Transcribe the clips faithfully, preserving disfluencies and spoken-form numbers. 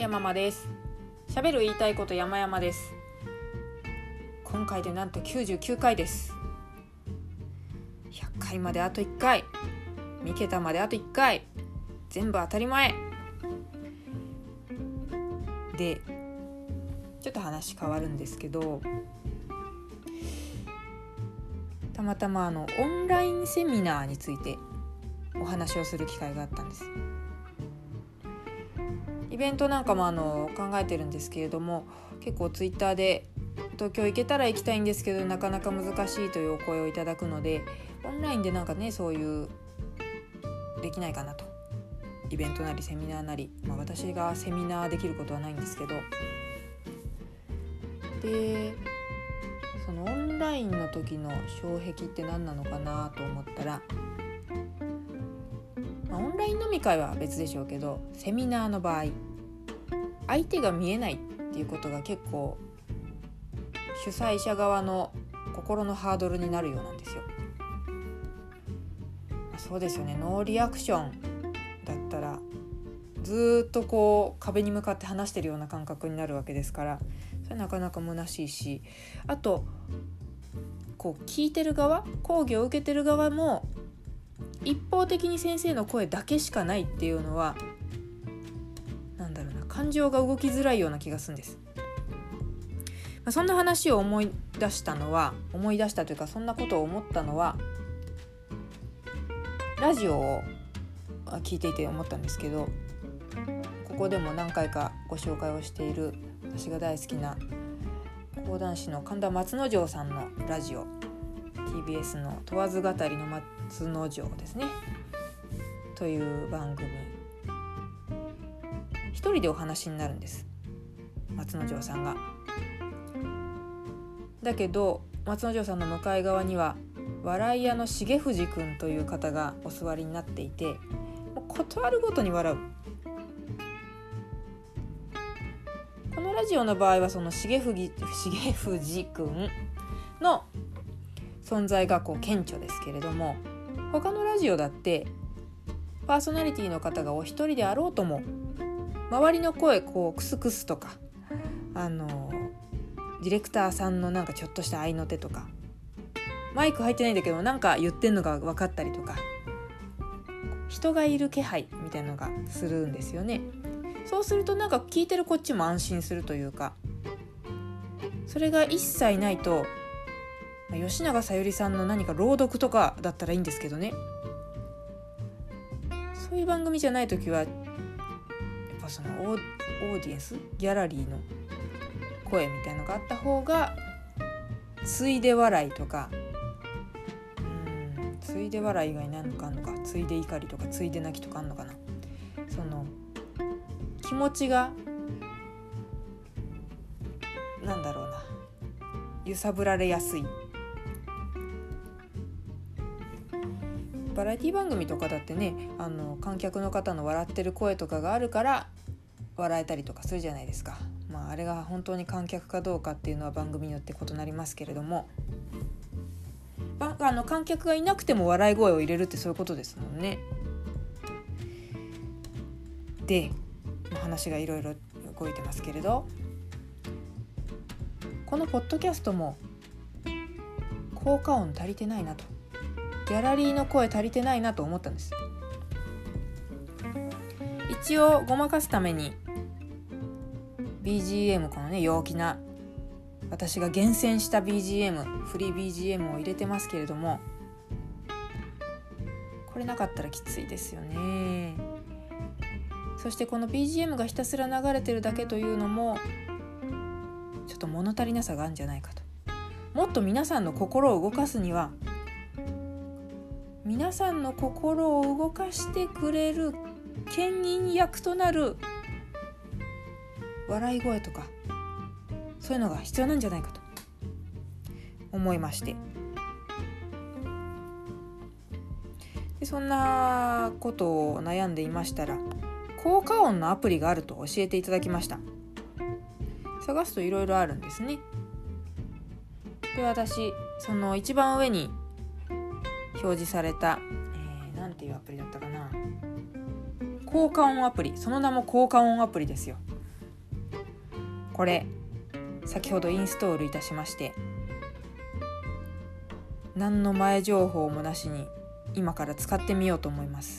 やままです。喋る言いたいこと山々です。今回でなんときゅうじゅうきゅうかいです。ひゃっかいまであといっかい、にけたまであといっかい、全部当たり前で、ちょっと話変わるんですけど、たまたまあのオンラインセミナーについてお話をする機会があったんです。イベントなんかもあの考えてるんですけれども、結構ツイッターで東京行けたら行きたいんですけどなかなか難しいというお声をいただくので、オンラインでなんかねそういうできないかなと、イベントなりセミナーなり、まあ、私がセミナーできることはないんですけど、でそのオンラインの時の障壁って何なのかなと思ったら、まあ、オンライン飲み会は別でしょうけど、セミナーの場合相手が見えないっていうことが結構主催者側の心のハードルになるようなんですよ。そうですよね、ノーリアクションだったらずっとこう壁に向かって話してるような感覚になるわけですから、それなかなか虚しいし、あとこう聞いてる側、講義を受けてる側も一方的に先生の声だけしかないっていうのは、なんだろうな、感情が動きづらいような気がするんです。まあ、そんな話を思い出したのは思い出したというかそんなことを思ったのはラジオを聞いていて思ったんですけど、ここでも何回かご紹介をしている私が大好きな講談師の神田松之丞さんのラジオ、 ティービーエス の問わず語りの松之丞ですねという番組、一人でお話になるんです、松之丞さんが。だけど松之丞さんの向かい側には笑い屋の重藤くんという方がお座りになっていて、もうことあるごとに笑う。このラジオの場合はその重藤、重藤くんの存在がこう顕著ですけれども、他のラジオだってパーソナリティの方がお一人であろうとも周りの声こうクスクスとか、あのディレクターさんのなんかちょっとした合いの手とか、マイク入ってないんだけどなんか言ってんのが分かったりとか、人がいる気配みたいなのがするんですよね。そうするとなんか聞いてるこっちも安心するというか、それが一切ないと、吉永小百合さんの何か朗読とかだったらいいんですけどね、そういう番組じゃないときはやっぱそのオー、オーディエンスギャラリーの声みたいなのがあった方が、ついで笑いとか、うーんついで笑い以外に何かあんのか、ついで怒りとかついで泣きとかあんのかな、その気持ちがなんだろうな、揺さぶられやすい。バラエティ番組とかだってね、あの観客の方の笑ってる声とかがあるから笑えたりとかするじゃないですか。まあ、あれが本当に観客かどうかっていうのは番組によって異なりますけれども、あの観客がいなくても笑い声を入れるってそういうことですもんね。で、話がいろいろ動いてますけれど、このポッドキャストも効果音足りてないなと、ギャラリーの声足りてないなと思ったんです。一応ごまかすために ビージーエム、 このね陽気な私が厳選した ビージーエム、 フリー ビージーエム を入れてますけれども、これなかったらきついですよね。そしてこの ビージーエム がひたすら流れてるだけというのもちょっと物足りなさがあるんじゃないかと。もっと皆さんの心を動かすには、皆さんの心を動かしてくれる牽引役となる笑い声とか、そういうのが必要なんじゃないかと思いまして、でそんなことを悩んでいましたら、効果音のアプリがあると教えていただきました。探すといろいろあるんですね。で、私その一番上に表示された、えー、なんていうアプリだったかな、効果音アプリ、その名も効果音アプリですよ。 これ先ほどインストールいたしまして、何の前情報もなしに今から使ってみようと思います。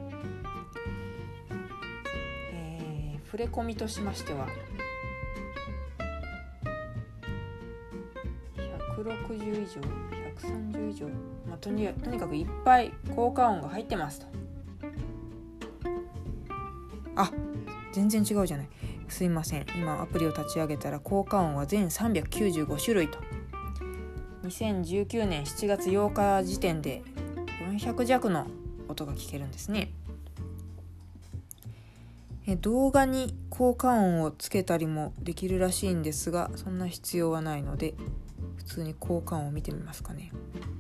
えー、触れ込みとしましてはひゃくろくじゅう以上ひゃくさんじゅう以上、まあ、とに、とにかくいっぱい効果音が入ってますと。あ、全然違うじゃない。すいません、今アプリを立ち上げたら効果音は全さんびゃくきゅうじゅうご種類と、にせんじゅうきゅうねんしちがつようか時点でよんひゃく弱の音が聞けるんですね。え動画に効果音をつけたりもできるらしいんですが、そんな必要はないので普通に効果音を見てみますかね。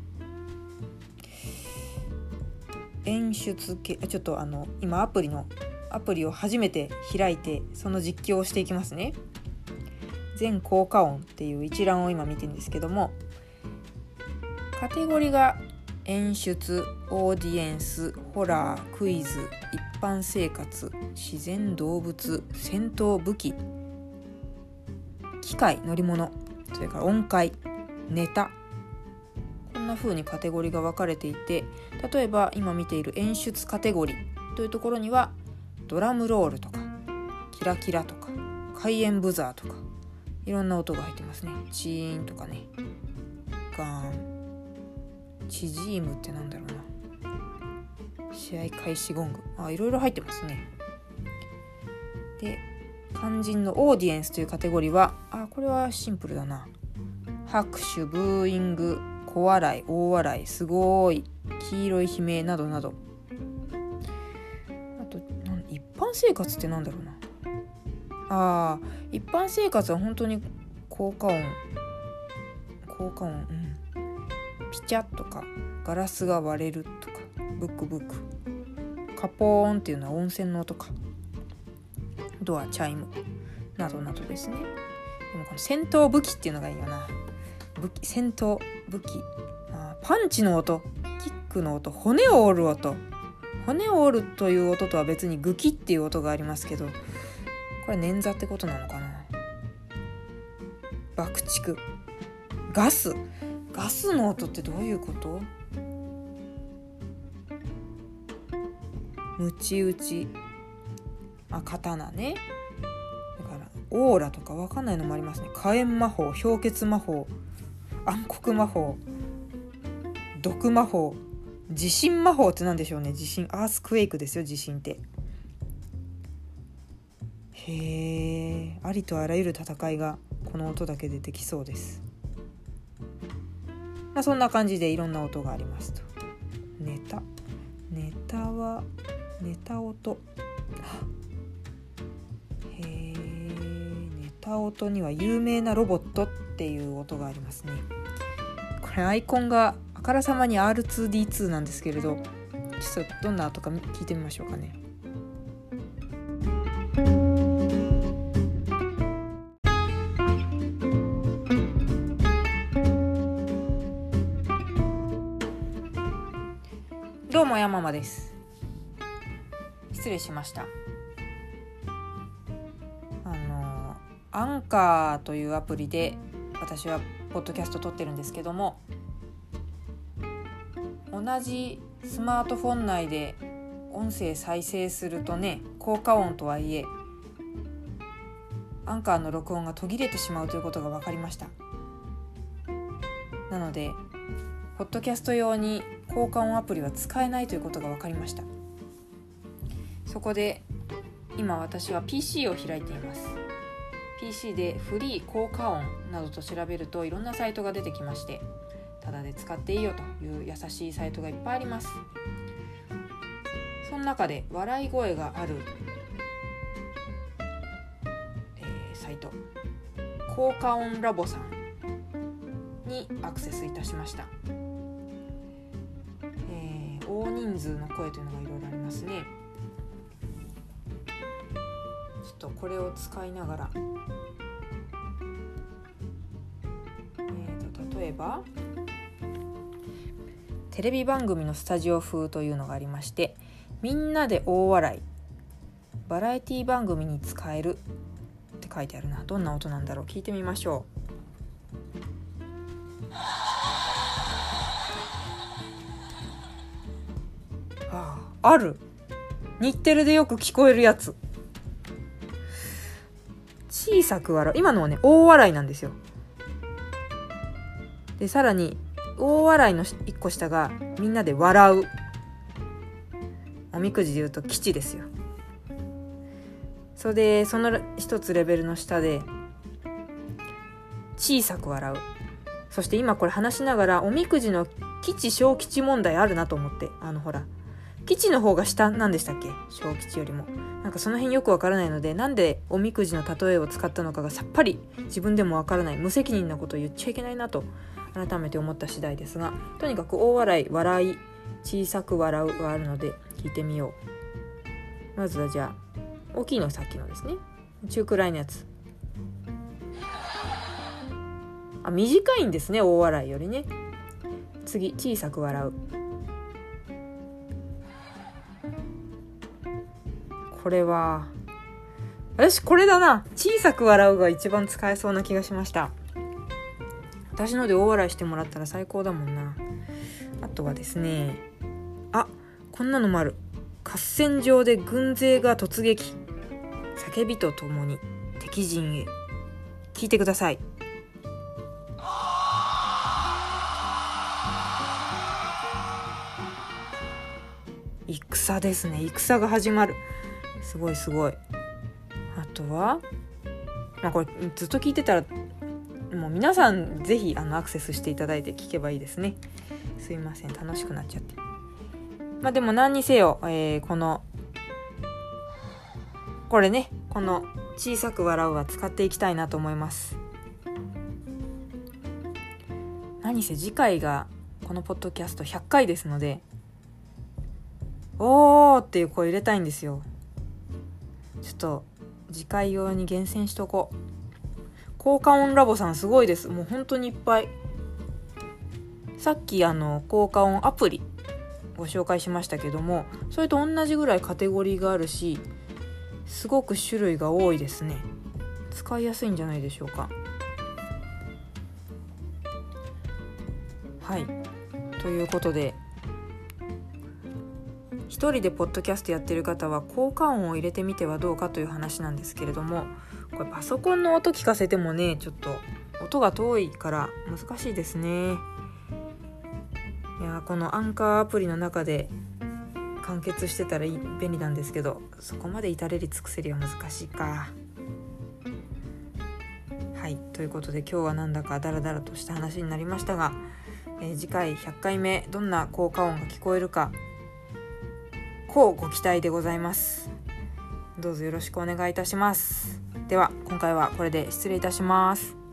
演出系、ちょっとあの今アプリのアプリを初めて開いてその実況をしていきますね。全効果音っていう一覧を今見てるんですけども、カテゴリーが演出、オーディエンス、ホラー、クイズ、一般生活、自然、動物、戦闘、武器、機械、乗り物、それから音階、ネタ、こんな風にカテゴリーが分かれていて、例えば今見ている演出カテゴリーというところにはドラムロールとかキラキラとか開演ブザーとかいろんな音が入ってますね。チーンとかね、ガーン、チジームってなんだろうな、試合開始ゴング、あ、いろいろ入ってますね。で、肝心のオーディエンスというカテゴリーは、あ、これはシンプルだな。拍手、ブーイング、小笑い、大笑い、すごい、黄色い悲鳴などなど。あと一般生活ってなんだろうな。あー、一般生活は本当に効果音効果音、うん、ピチャッとかガラスが割れるとか、ブックブック、カポーンっていうのは温泉の音か、ドアチャイムなどなどですね。でもこの戦闘武器っていうのがいいよな。武器、戦闘武器、あ、パンチの音、キックの音、骨を折る音、骨を折るという音とは別にグキっていう音がありますけど、これ捻挫ってことなのかな。爆竹、ガスガスの音ってどういうこと？ムチ打ち、あ、刀ね。だからオーラとかわかんないのもありますね。火炎魔法、氷結魔法、暗黒魔法、毒魔法、地震魔法ってなんでしょうね。地震、アースクエイクですよ、地震って。へえ、ありとあらゆる戦いがこの音だけでできそうです。まあ、そんな感じでいろんな音がありますと。ネタネタはネタ音、へえ、ネタ音には有名なロボットっていう音がありますね。これアイコンがあからさまに アールツーディーツー なんですけれど、ちょっとどんな音か聞いてみましょうかね。どうも、ヤママです。失礼しました。あのアンカーというアプリで私はポッドキャスト撮ってるんですけども、同じスマートフォン内で音声再生するとね、効果音とはいえアンカーの録音が途切れてしまうということが分かりました。なのでポッドキャスト用に効果音アプリは使えないということが分かりました。そこで今私は ピーシー を開いています。 ピーシー でフリー効果音などと調べるといろんなサイトが出てきまして、タダで使っていいよという優しいサイトがいっぱいあります。その中で笑い声がある、えー、サイト、効果音ラボさんにアクセスいたしました。えー、大人数の声というのがいろいろありますね。ちょっとこれを使いながら、えーと例えばテレビ番組のスタジオ風というのがありまして、みんなで大笑い、バラエティ番組に使えるって書いてあるな。どんな音なんだろう、聞いてみましょう。ああ、ある。日テレでよく聞こえるやつ。小さく笑う。今のはね、大笑いなんですよ。でさらに大笑いの一個下がみんなで笑う。おみくじで言うと吉ですよ。それでその一つレベルの下で小さく笑う。そして今これ話しながらおみくじの吉小吉問題あるなと思って、あのほら吉の方が下なんでしたっけ、小吉よりも。なんかその辺よくわからないので、なんでおみくじの例えを使ったのかがさっぱり自分でもわからない、無責任なことを言っちゃいけないなと改めて思った次第ですが、とにかく大笑い、笑い、小さく笑うがあるので聞いてみよう。まずはじゃあ大きいの、さっきのですね。中くらいのやつ。あ、短いんですね、大笑いよりね。次、小さく笑う。これは私これだな。小さく笑うが一番使えそうな気がしました。私ので大笑いしてもらったら最高だもんな。あとはですね、あ、こんなのもある。合戦場で軍勢が突撃、叫びとともに敵陣へ。聞いてください。戦ですね。戦が始まる。すごいすごい。あとは、まあ、これずっと聞いてたらもう皆さんぜひあのアクセスしていただいて聞けばいいですね。すいません、楽しくなっちゃって。まあでも何にせよ、えー、このこれね、この小さく笑うは使っていきたいなと思います。何せ次回がこのポッドキャストひゃっかいですので、おーっていう声入れたいんですよ。ちょっと次回用に厳選しとこう。効果音ラボさんすごいです。もう本当にいっぱい。さっきあの効果音アプリご紹介しましたけども、それと同じぐらいカテゴリーがあるし、すごく種類が多いですね。使いやすいんじゃないでしょうか。はい、ということで、一人でポッドキャストやってる方は効果音を入れてみてはどうかという話なんですけれども、これパソコンの音聞かせてもね、ちょっと音が遠いから難しいですね。いや、このアンカーアプリの中で完結してたらいい便利なんですけど、そこまで至れり尽くせりは難しいか。はい、ということで今日はなんだかダラダラとした話になりましたが、えー、次回ひゃっかいめどんな効果音が聞こえるか、こうご期待でございます。どうぞよろしくお願いいたします。では今回はこれで失礼いたします。